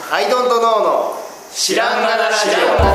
アイドントノーの知らんがなラジ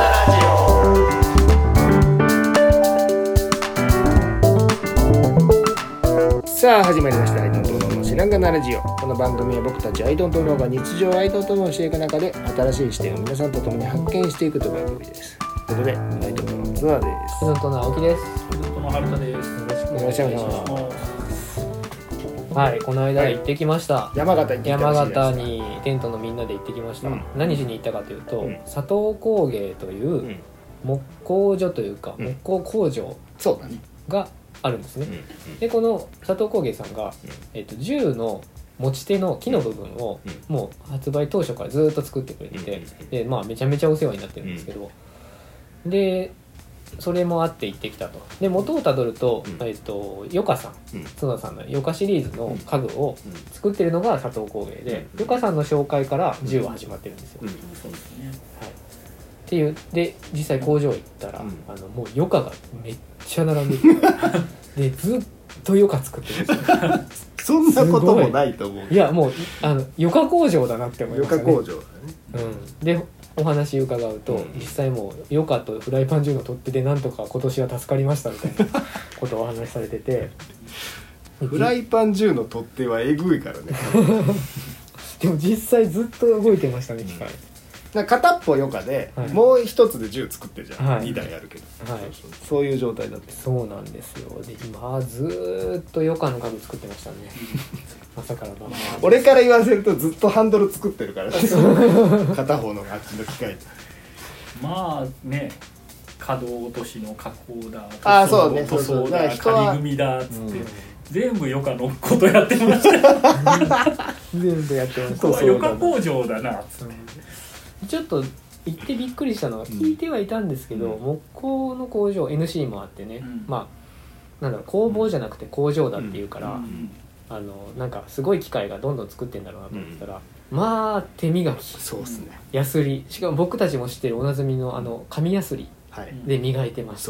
オ。さあ始まりましたアイドントノーの知らんがなラジオ。この番組は僕たちアイドントノーが日常アイドントノーしていく中で新しい視点を皆さんと共に発見していくという番組です。ということでアイドントノーツアーです。 アイドントノー青木です。 アイドントノー春田です。 よろしくお願いします。はい、この間行ってきました、 山形にテントのみんなで行ってきました、何しに行ったかというと、佐藤工芸という木工所というか、木工工場があるんですね、でこの佐藤工芸さんが、銃の持ち手の木の部分をもう発売当初からずっと作ってくれてて、でめちゃめちゃお世話になってるんですけど、でそれもあって行ってきたと。で元をたどると、ヨカさん、角田さんのヨカシリーズの家具を作ってるのが佐藤工芸で、ヨカさんの紹介から銃は始まってるんですよ、 そうですね、 はい、っていうで実際工場行ったら、もうヨカがめっちゃ並んでてでずっとヨカ作ってるんですよそんなこともないと思う。 いやもうヨカ工場だなって思いましたね。 ヨカ工場だね、 でお話伺うと、実際もうヨカとフライパン銃の取っ手でなんとか今年は助かりましたみたいなことをお話しされててフライパン銃の取っ手はえぐいからねでも実際ずっと動いてましたね、機械。 片っぽヨカで、もう一つで銃作ってるじゃん、2台あるけど、そういう状態だった。 そうなんですよ。で今ずっとヨカの家具作ってましたね朝から晩まで。 俺から言わせるとずっとハンドル作ってるからね片方のあっちの機械まあね、可動落としの加工だ、塗装だ、仮組だっつって、全部ヨカのことやってました全部やってました。 ここはヨカ工場だなっつって、 ちょっと行ってびっくりしたのは、聞いてはいたんですけど、木工の工場 NC もあってね、なんだろう、工房じゃなくて工場だっていうから、なんかすごい機械がどんどん作ってんだろうなと思ったら、手磨き、 そうっすね、 ヤスリ、しかも僕たちも知ってるおなじみの紙ヤスリで磨いてまして、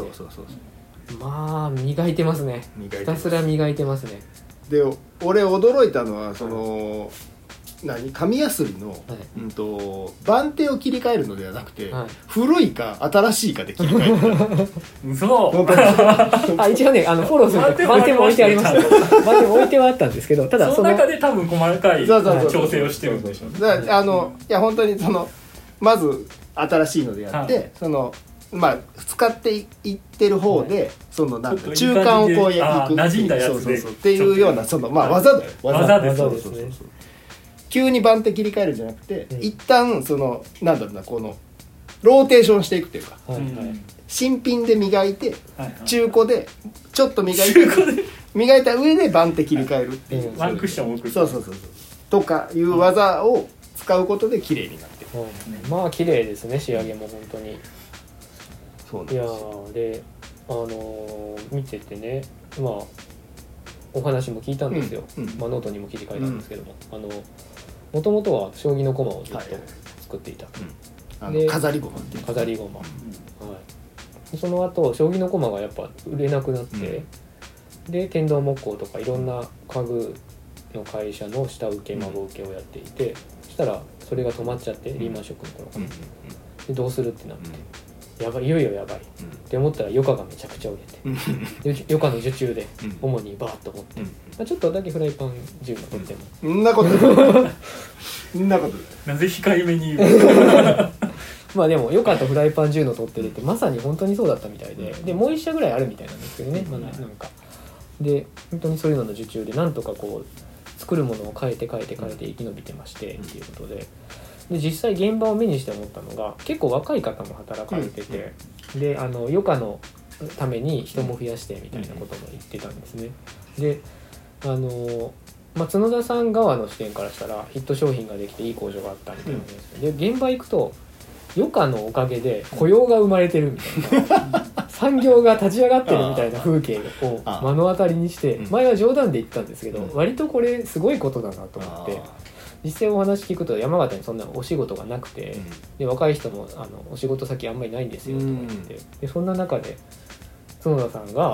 磨いてますね。ひたすら磨いてますね。 で俺驚いたのはその、紙やすりの、番手を切り替えるのではなくて、古いか新しいかで切り替えるそう一応ねフォローすると番手も置いてありました番手も置いてはあったんですけど、ただその中で多分細かい調整をしてるんでしょうね。 いや本当にまず新しいのでやって、使っていってる方で、なんか中間をこうやっていく、 馴染んだやつでっていうような技だよ、 技です。 急に番手切り替えるんじゃなくて、一旦なんだろうな、このローテーションしていくというか、新品で磨いて、中古でちょっと磨いた上で番手切り替えるっていう、 ワンクッション置くとかいう技を使うことで綺麗になってる。 綺麗ですね、仕上げも本当に。 そうなんですよ。で見ててね、お話も聞いたんですよ、ノートにも記事書いたんですけども、もともとは将棋の駒をずっと作っていた、 で飾り駒っていう飾り駒、その後将棋の駒がやっぱ売れなくなって、で天童木工とかいろんな家具の会社の下請け孫請けをやっていて、そしたらそれが止まっちゃって、リーマンショックの頃から、でどうするってなって、やばい、いよいよやばいって思ったらヨカがめちゃくちゃ売れて、ヨカの受注で主にバーッと持って、ちょっとだけフライパン銃の取っても、 そんなことないなぜ控えめに言うでもヨカとフライパン銃の取ってるってまさに本当にそうだったみたいで、でもう一社ぐらいあるみたいなんですけどね、なんかで本当にそういうのの受注でなんとかこう作るものを変えて生き延びてましてっていうことで、実際現場を目にして思ったのが、結構若い方も働かれてて、で余暇のために人も増やしてみたいなことも言ってたんですね。で角田さん側の視点からしたらヒット商品ができていい工場があったみたいな話で、現場行くと余暇のおかげで雇用が生まれてるみたいな産業が立ち上がってるみたいな風景を目の当たりにして、前は冗談で言ったんですけど、割とこれすごいことだなと思って、実際お話聞くと山形にそんなお仕事がなくて、で若い人もお仕事先あんまりないんですよとか言って、でそんな中で角田さんが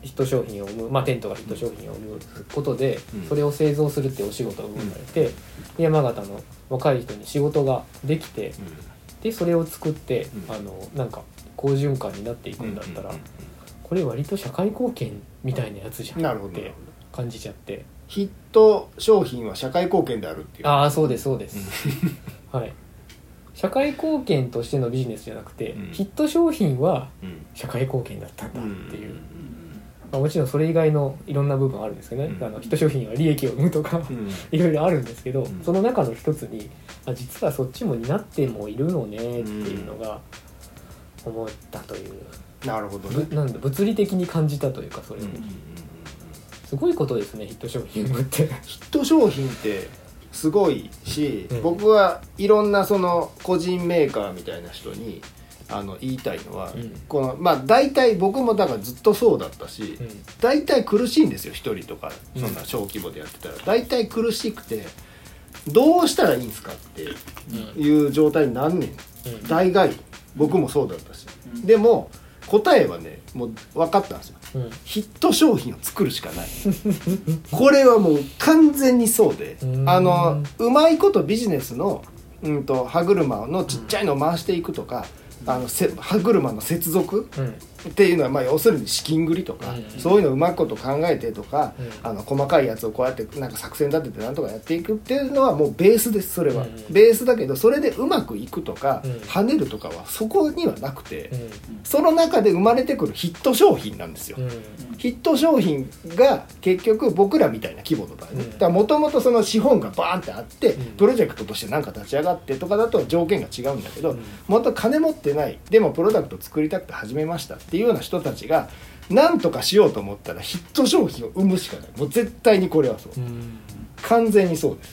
ヒット商品を生む、テントがヒット商品を生むことで、それを製造するっていうお仕事を生まれて、山形の若い人に仕事ができて、でそれを作って、なんか好循環になっていくんだったら、これ割と社会貢献みたいなやつじゃんって感じちゃって、 ヒット商品は社会貢献であるっていう。 ああ、そうですそうです、はい、社会貢献としてのビジネスじゃなくて、ヒット商品は社会貢献だったんだっていう、もちろんそれ以外のいろんな部分あるんですけどね、ヒット商品は利益を生むとかいろいろあるんですけど、その中の一つに実はそっちも担ってもいるのねっていうのが思ったという、 なるほどね、 なんだ物理的に感じたというか、それ、すごいことですね、ヒット商品ってヒット商品ってすごいし、僕はいろんなその個人メーカーみたいな人に言いたいのは、この大体僕もだからずっとそうだったし、大体苦しいんですよ、一人とかそんな小規模でやってたら大体苦しくて、どうしたらいいんですかっていう状態になんねん、大概僕もそうだったし、でも答えはねもう分かったんですよ、ヒット商品を作るしかないこれはもう完全にそうで、うまいことビジネスの、歯車のちっちゃいのを回していくとか、歯車の接続っていうのは、要するに資金繰りとか、そういうのをうまいこと考えてとか、細かいやつをこうやってなんか作戦立ててなんとかやっていくっていうのはもうベースです。それはベースだけど、それでうまくいくとか、跳ねるとかはそこにはなくて、その中で生まれてくるヒット商品なんですよ。ヒット商品が結局僕らみたいな規模とかね、もともとその資本がバーンってあってプロジェクトとしてなんか立ち上がってとかだと条件が違うんだけど、もっと金持ってないでもプロダクト作りたくて始めましたっていうような人たちが何とかしようと思ったらヒット商品を生むしかない。もう絶対にこれはそう、完全にそうです、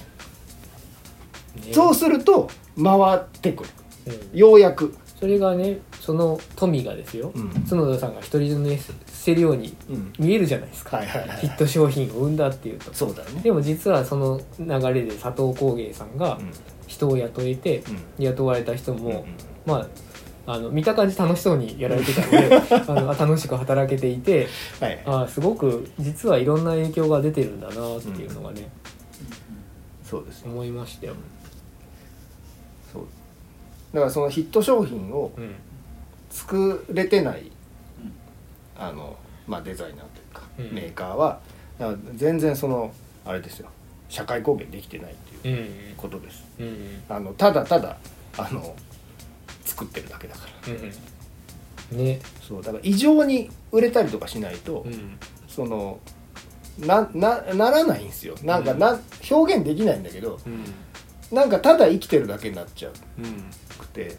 そうすると回ってくる、ようやくそれがね、その富がですよ、角田さんが独り占めしてるように見えるじゃないですか、ヒット商品を生んだっていうと。 そうだね。 でも実はその流れで佐藤工芸さんが人を雇えて、雇われた人も、見た感じ楽しそうにやられてたので楽しく働けていて、すごく実はいろんな影響が出てるんだなっていうのがね、 そうです思いましたよ。 そうだからそのヒット商品を作れてない、デザイナーというか、メーカーは全然そのあれですよ、社会貢献できてないということです、ただただ作ってるだけだから、ね、そうだから異常に売れたりとかしないと、そのならないんですよ。なんか表現できないんだけど、なんかただ生きてるだけになっちゃうくて、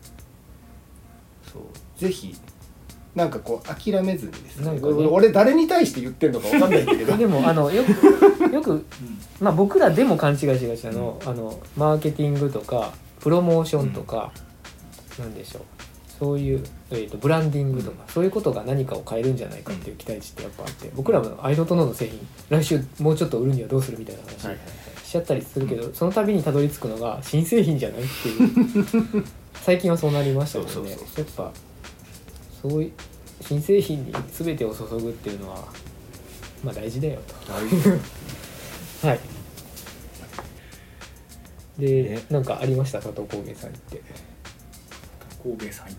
そうぜひなんかこう諦めずにですね、俺誰に対して言ってんのか分かんないんだけどでもよく僕らでも勘違いしがちなの、マーケティングとかプロモーションとか、なんでしょう、そういう、ブランディングとか、そういうことが何かを変えるんじゃないかっていう期待値ってやっぱあって、僕らもアイドトノの製品来週もうちょっと売るにはどうするみたいな話しちゃったりするけど、その度にたどり着くのが新製品じゃないっていう最近はそうなりましたけどね。やっぱそういう新製品に全てを注ぐっていうのは大事だよとはいで、なんかありました？佐藤工芸さん行って工芸さん行って、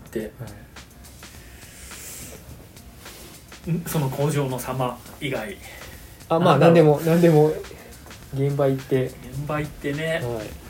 その工場の様以外、 何でも現場行ってね、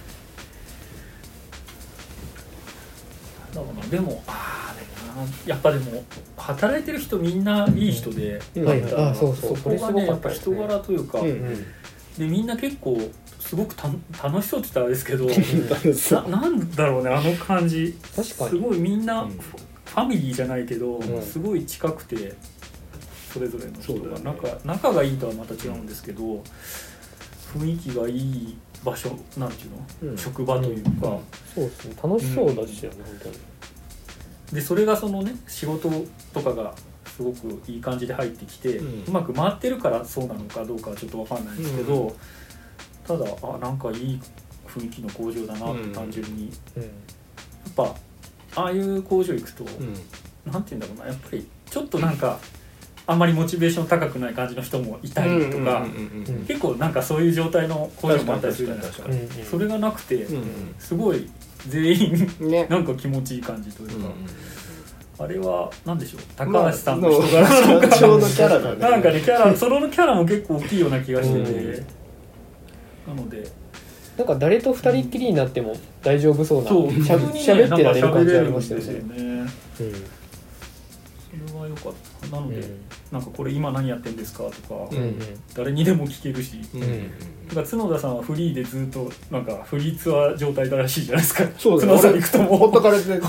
でもやっぱでも働いてる人みんないい人で、そこがねやっぱ人柄というか、でみんな結構すごく楽しそうって言ったらあれですけどなんだろうね、あの感じ、 確かにすごいみんなファミリーじゃないけど、すごい近くて、それぞれの人が仲がいいとはまた違うんですけど、雰囲気がいい場所なんていうの、職場というか、 そうですね、楽しそうだしよね、本当に。 でそれがそのね仕事とかがすごくいい感じで入ってきて、うまく回ってるからそうなのかどうかはちょっと分かんないんですけど、ただなんかいい雰囲気の工場だなって単純に、やっぱああいう工場行くと、なんていうんだろうな、やっぱりちょっとなんかあんまりモチベーション高くない感じの人もいたりとか、結構なんかそういう状態の工場もあったりするじゃないですか。それがなくてすごい全員なんか気持ちいい感じというか、あれは何でしょう、高橋さんの人柄のキャラだね。 なんかね、そのキャラも結構大きいような気がしてて、なのでなんか誰と二人っきりになっても大丈夫そうな、喋ってられる感じありましたよね。それは良かった。なので、なんかこれ今何やってんですかとか、誰にでも聞けるし、なんか角田さんはフリーでずっとなんかフリーツアー状態だらしいじゃないですか。 そう角田さん行くともほっとかれて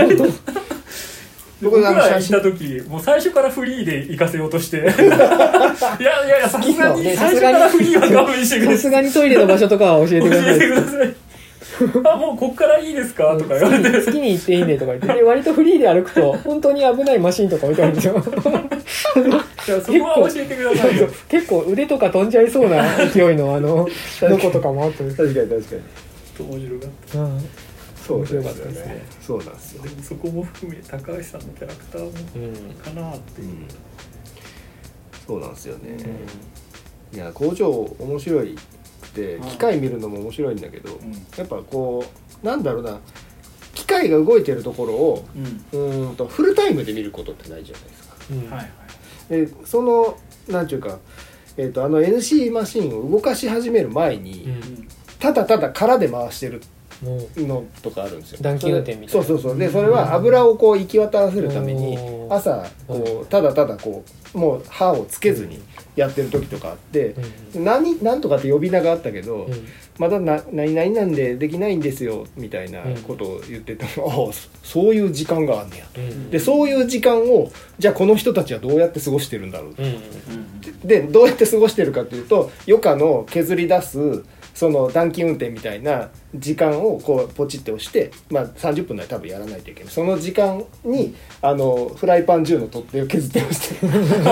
僕ら行った時もう最初からフリーで行かせようとしていやさすがに最初からフリーは勘弁してください、 さすがにトイレの場所とかは教えてくださいあ、もうこっからいいですかとか言われて、 好きに行っていいねとか言って、で割とフリーで歩くと本当に危ないマシンとか置いてあるんですよそこは教えてくださいよ。 結構腕とか飛んじゃいそうな勢いのノコとかもあって、 確かに面白かった。 そうですよね。そうなんですよ。 でもそこも含め高橋さんのキャラクターもかなっていう、 そうなんですよね。いや工場面白いくて機械見るのも面白いんだけど、やっぱこうなんだろうな、機械が動いてるところをフルタイムで見ることってないじゃないですか。でそのなんていうかNC マシンを動かし始める前に、ただただ空で回してるのとかあるんですよ。 暖気運転みたいな。 そうでそれは油をこう行き渡らせるために朝こうただただこうもう刃をつけずにやってる時とかあって、なんとかって呼び名があったけど、まだ何々なんでできないんですよみたいなことを言ってて、ああそういう時間があんねやと、でそういう時間をじゃあこの人たちはどうやって過ごしてるんだろう、でどうやって過ごしてるかというと、余暇の削り出すその暖気運転みたいな時間をこうポチって押して、30分内多分やらないといけない。その時間にフライパン10の取っ手を削って押して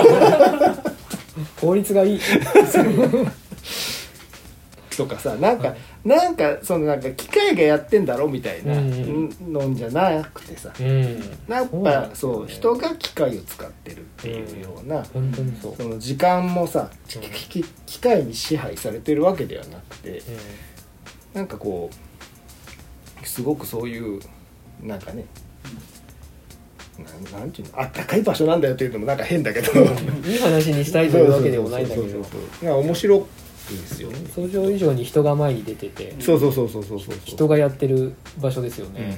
効率がいいとかさ、なんかそのなんか機械がやってんだろみたいなのじゃなくてさ、やっぱそう人が機械を使ってるっていうような、 本当にその時間もさ機械に支配されてるわけではなくて、なんかこうすごくそういうなんかね、なんていうの、あったかい場所なんだよっていうのもなんか変だけどいい話にしたいというわけでもないんだけど、 面白いですよね。 想像以上に人が前に出てて、 そう人がやってる場所ですよね。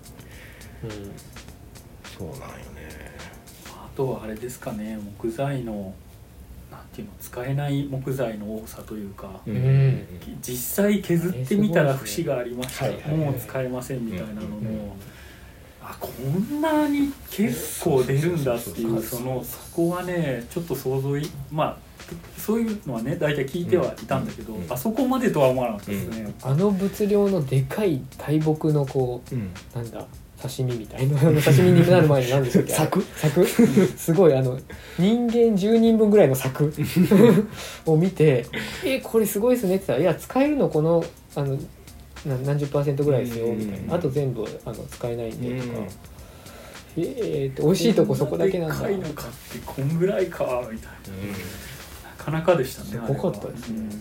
そうなんよね。 あとはあれですかね、木材のなんていうの、使えない木材の多さというか、実際削ってみたら節がありました、もう使えませんみたいなのも、こんなに結構出るんだっていう、そこはねちょっと想像そういうのはね大体聞いてはいたんだけど、あそこまでとは思わなかったですね。 物量のでかい大木のこう、なんだ刺身みたいな刺身になる前に何でしたっけ柵すごい人間10人分ぐらいの柵を見てこれすごいですねって言ったら、いや使えるのこの何十%ぐらいですよみたいな、あと全部使えないんでとか、美味しいとこそこだけなんだ。 でかいのかってこんぐらいかみたいな、なかなかでしたね。 すごかったですね。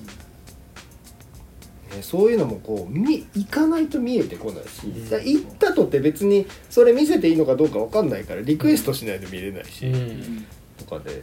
そういうのもこう行かないと見えてこないし、行ったとって別にそれ見せていいのかどうか分かんないからリクエストしないと見れないし、とかで、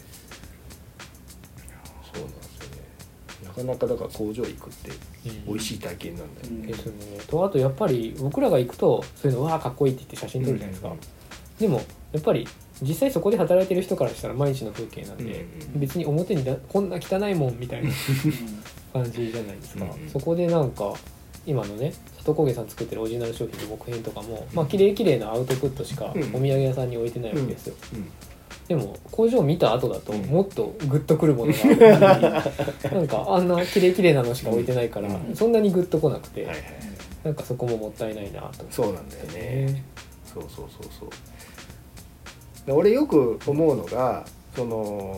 そうなんですよね。なかなかだから工場行くって美味しい体験なんだよね。 ですね。とあとやっぱり僕らが行くとそういうのわあかっこいいって言って写真撮るじゃないですか。でもやっぱり実際そこで働いてる人からしたら毎日の風景なんで、別に表にこんな汚いもんみたいな感じじゃないですか。そこでなんか今のね里工芸さん作ってるオリジナル商品の木片とかも、綺麗なアウトプットしかお土産屋さんに置いてないわけですよ。でも工場を見た後だともっとグッとくるものがあるなんかあんな綺麗なのしか置いてないから、そんなにグッとこなくて、なんかそこももったいないなと。 そうなんだよね。そう俺よく思うのが、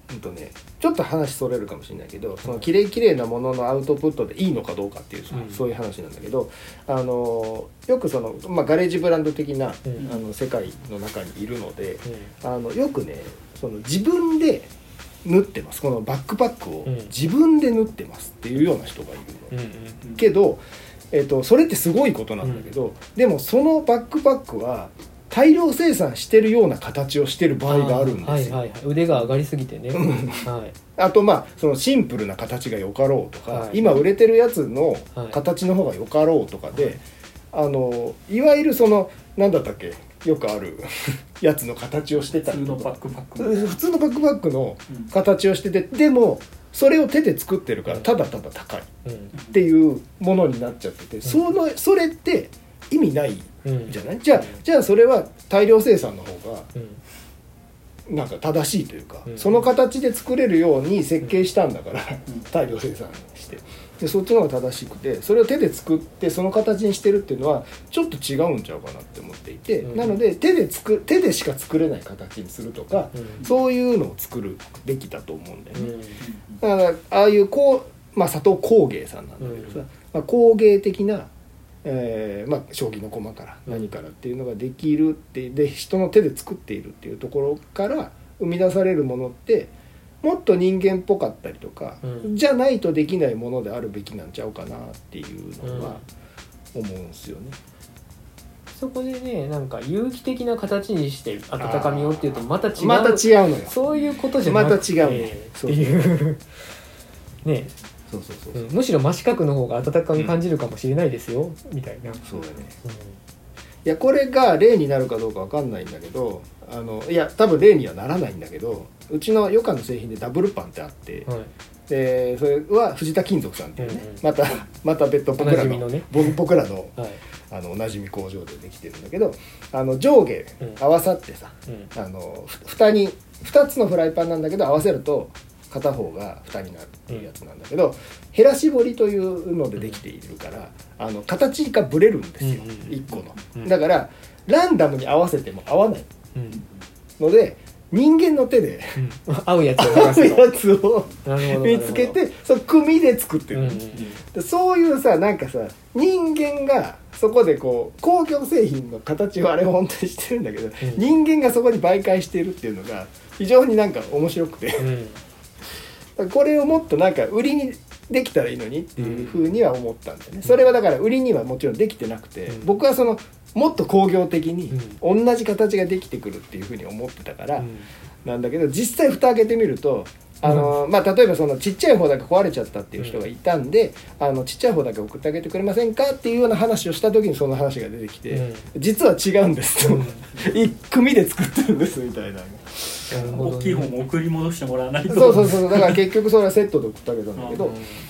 ちょっと話それるかもしれないけど、その綺麗なもののアウトプットでいいのかどうかっていう、そういう話なんだけど、よくその、ガレージブランド的な、世界の中にいるので、よくねその自分で縫ってます、このバックパックを自分で縫ってますっていうような人がいるの、けど、それってすごいことなんだけど、でもそのバックパックは大量生産してるような形をしてる場合があるんですよ。 腕が上がりすぎてね、 あとそのシンプルな形がよかろうとか、今売れてるやつの形の方がよかろうとかで、いわゆるその何だったっけ、よくあるやつの形をしてたりとか、普通のバックパックの形をしてて、でもそれを手で作ってるからただただ高いっていうものになっちゃってて、それって意味ないじゃない、じゃあそれは大量生産の方がなんか正しいというか、その形で作れるように設計したんだから大量生産して、でそっちの方が正しくて、それを手で作ってその形にしてるっていうのはちょっと違うんちゃうかなって思っていて、なので手でしか作れない形にするとか、そういうのを作るべきだと思うんだよね。だからああいう佐藤工芸さんなんだけどさ、工芸的な将棋の駒から何からっていうのができるってで、人の手で作っているっていうところから生み出されるものってもっと人間っぽかったりとか、じゃないとできないものであるべきなんちゃうかなっていうのは思うんですよね。 そこでね、なんか有機的な形にして温かみをっていうとまた違うのよ。 そういうことじゃなくて、 また違うねっていうね。 むしろ真四角の方が温かみ感じるかもしれないですよ、みたいな。 そうだね。いやこれが例になるかどうかわかんないんだけど、いや多分例にはならないんだけど、うちの余暇の製品でダブルパンってあって、でそれは藤田金属さんっていうね、また別途僕らのおなじみ工場でできてるんだけど、上下合わさってさ、2つのフライパンなんだけど合わせると片方が蓋になるっていうやつなんだけど、ヘラ絞りというのでできているから、形がブレるんですよ、1個の。だからランダムに合わせても合わないので、人間の手で合うやつを見つけて、その組で作ってる、でそういうさ、なんかさ、人間がそこでこう工業製品の形をあれ本当にしてるんだけど、人間がそこに媒介しているっていうのが非常になんか面白くて、これをもっとなんか売りにできたらいいのにっていうふうには思ったんだよね。それはだから売りにはもちろんできてなくて、僕はそのもっと工業的に同じ形ができてくるっていうふうに思ってたからなんだけど、実際蓋開けてみると例えばそのちっちゃい方だけ壊れちゃったっていう人がいたんで、ちっちゃい方だけ送ってあげてくれませんかっていうような話をした時にその話が出てきて、実は違うんですと、一組で作ってるんですみたいな。 大きい方も送り戻してもらわないと。 そうだから結局それはセットで送ってあげたんだけど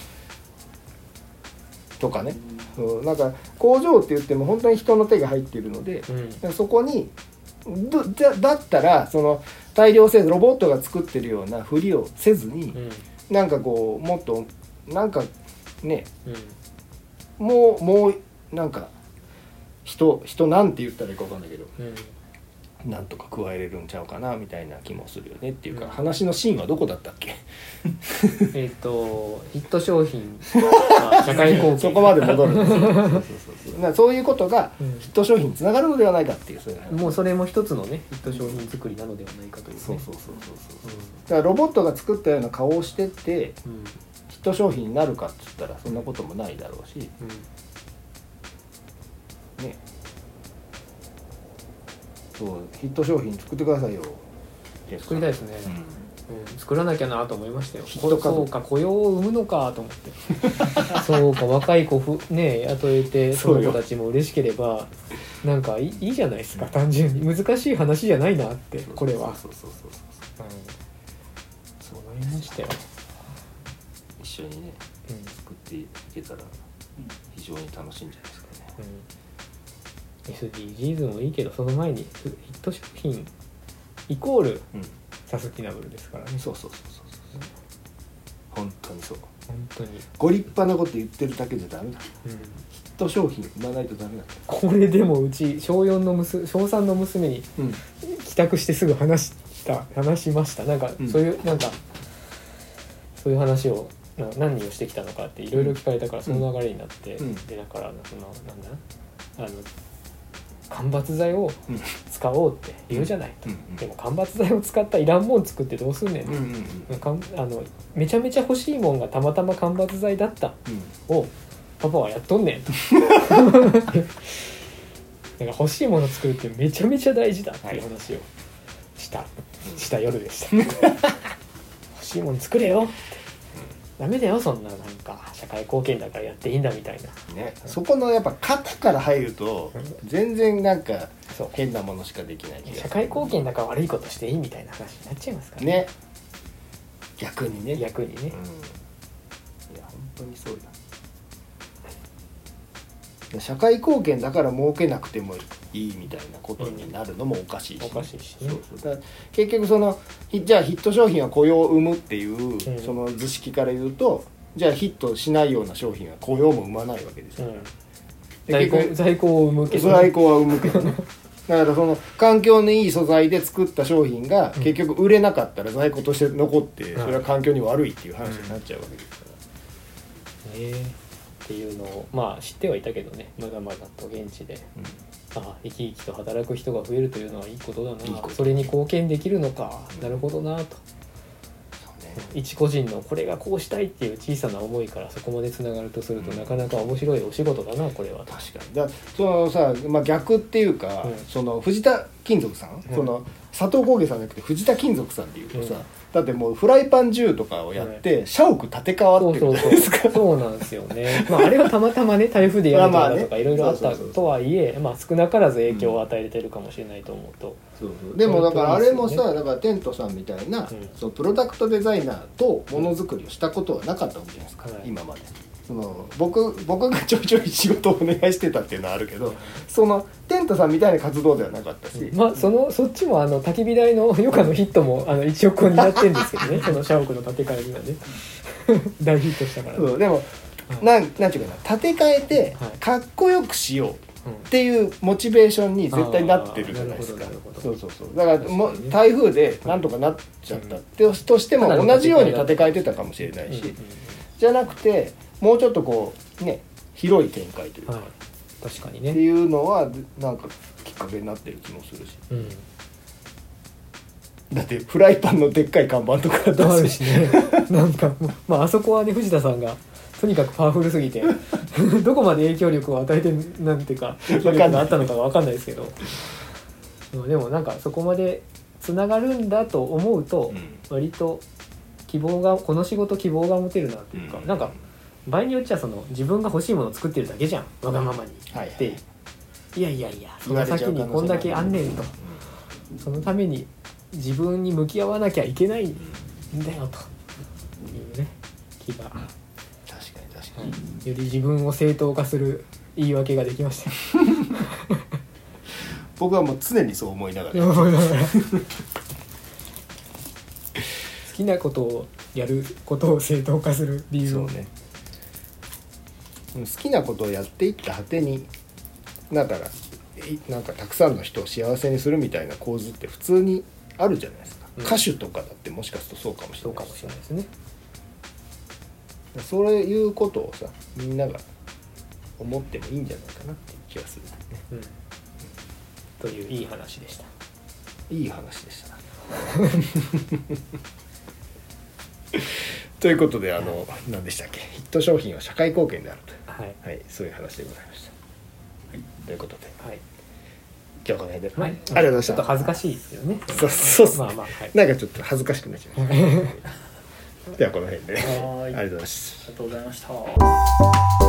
とかね、なんか工場って言っても本当に人の手が入っているので、そこにだったらその大量生産ロボットが作ってるようなふりをせずに、なんかこうもっとなんかね、もうなんか人なんて言ったらいいか分かんないけど、なんとか加えれるんちゃうかなみたいな気もするよねっていうか、話のシーンはどこだったっけヒット商品社会貢献そこまで戻るんですそういうことがヒット商品につながるのではないかっていう、 もうそれも一つのねヒット商品作りなのではないかというね。 そうだからロボットが作ったような顔をしてってヒット商品になるかって言ったらそんなこともないだろうし、ね、そうヒット商品作ってくださいよ。 作りたいですね、作らなきゃなと思いましたよ。そうか、雇用を生むのかと思ってそうか、若い子ね雇えて、その子たちも嬉しければなんかいいじゃないですか。単純に難しい話じゃないなって、これはそうなりましたよ。 一緒にね、作っていけたら非常に楽しいんじゃないですかね。 SDGs もいいけど、その前にヒット商品イコールサスティナブルですからね。 そう本当にそう。 本当にご立派なこと言ってるだけじゃダメだ、ヒット商品言わないとダメだ。 これでもうち小3の娘に帰宅してすぐ話しました。なんかそういうなんかそういう話を何をしてきたのかっていろいろ聞かれたからその流れになって、でだからそのなんだ間伐材を使おうって言うじゃないと、でも間伐材を使ったいらんもん作ってどうすんねん、めちゃめちゃ欲しいもんがたまたま間伐材だったをパパはやっとんねんとだから欲しいもの作るってめちゃめちゃ大事だっていう話をした夜でした欲しいもの作れよってダメだよそんななんか社会貢献だからやっていいんだみたいな、 ね、そこのやっぱ肩から入ると全然なんか変なものしかできない気がする。 社会貢献だから悪いことしていいみたいな話になっちゃいますからね。逆にね。 いや本当にそうだ。社会貢献だから儲けなくてもいいみたいなことになるのもおかしいし、 おかしいしね。 そうだ結局そのじゃあヒット商品は雇用を生むっていうその図式から言うと、じゃあヒットしないような商品は雇用も生まないわけですよ、 在庫を生むけど、 ね、在庫は生むけどねだからその環境のいい素材で作った商品が結局売れなかったら在庫として残ってそれは環境に悪いっていう話になっちゃうわけですから、 っていうのをまあ知ってはいたけどね、まだまだと現地で、生き生きと働く人が増えるというのはいいことだな、それに貢献できるのか、なるほどなと、一個人のこれがこうしたいっていう小さな思いからそこまでつながるとすると、なかなか面白いお仕事だなこれは。 確かにだそのさ、逆っていうか、その藤田金属さん、その佐藤工芸さんじゃなくて藤田金属さんっていうとさ、だってもうフライパン銃とかをやって社屋建て替わってるじゃないですか。 そうなんですよね。あれはたまたまね台風でやるとかとかいろいろあったとはいえ、少なからず影響を与えてるかもしれないと思うと、 でもだからあれもさ、だからテントさんみたいな、そのプロダクトデザイナーとものづくりをしたことはなかったわけじゃないですか、今まで。その僕がちょいちょい仕事をお願いしてたっていうのはあるけど、そのテントさんみたいな活動ではなかったし、 そっちも焚き火台の余暇のヒットも一応ここになってるんですけどねその社屋の建て替えにはね大ヒットしたから、 そうでも、なんていうかな、建て替えてかっこよくしようっていうモチベーションに絶対なってるじゃないですか。そうだからもう台風でなんとかなっちゃったとしても同じように建て替えてたかもしれないし、じゃなくてもうちょっとこうね広い展開というか、 確かにねっていうのはなんかきっかけになってる気もするし、だってフライパンのでっかい看板とかあるしねなんかあそこはね藤田さんがとにかくパワフルすぎてどこまで影響力を与えてなんていうか影響力があったのかが分かんないですけどでもなんかそこまでつながるんだと思うと、割とこの仕事希望が持てるなっていうか、なんか場合によっちゃその自分が欲しいものを作ってるだけじゃんわがままに、でいやその先にこんだけあんねんと、そのために自分に向き合わなきゃいけないんだよというね気が、確かにより自分を正当化する言い訳ができました僕はもう常にそう思いながら好きなことをやることを正当化する理由をね、 好きなことをやっていった果てになんかたくさんの人を幸せにするみたいな構図って普通にあるじゃないですか、歌手とかだってもしかするとそうかもしれないですね。 そういうことをさみんなが思ってもいいんじゃないかなっていう気がするね、 といういい話でした。 いい話でしたということで何でしたっけ、ヒット商品は社会貢献であると、そういう話でございました、ということで、今日この辺で、ありがとうございました。 ちょっと恥ずかしいですよね。 そうなんかちょっと恥ずかしくなっちゃいましたではこの辺で、ありがとうございました。 ありがとうございました。